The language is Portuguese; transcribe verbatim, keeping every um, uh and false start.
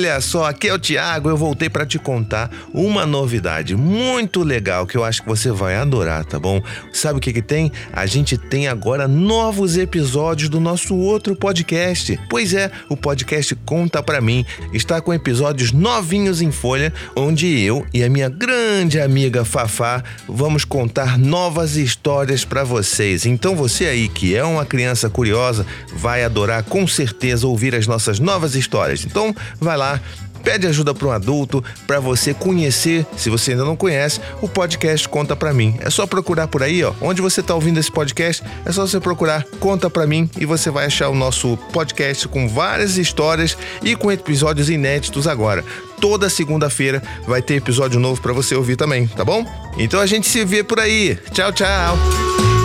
Olha só, aqui é o Thiago, eu voltei para te contar uma novidade muito legal que eu acho que você vai adorar, tá bom? Sabe o que que tem? A gente tem agora novos episódios do nosso outro podcast. Pois é, o podcast Conta Pra Mim está com episódios novinhos em folha, onde eu e a minha grande amiga Fafá vamos contar novas histórias para vocês. Então você aí que é uma criança curiosa vai adorar com certeza ouvir as nossas novas histórias. Então vai lá, pede ajuda para um adulto, para você conhecer, se você ainda não conhece, o podcast Conta Pra Mim. É só procurar por aí, ó, onde você está ouvindo esse podcast, é só você procurar Conta Pra Mim e você vai achar o nosso podcast com várias histórias e com episódios inéditos agora. Toda segunda-feira vai ter episódio novo para você ouvir também, tá bom? Então a gente se vê por aí. Tchau, tchau!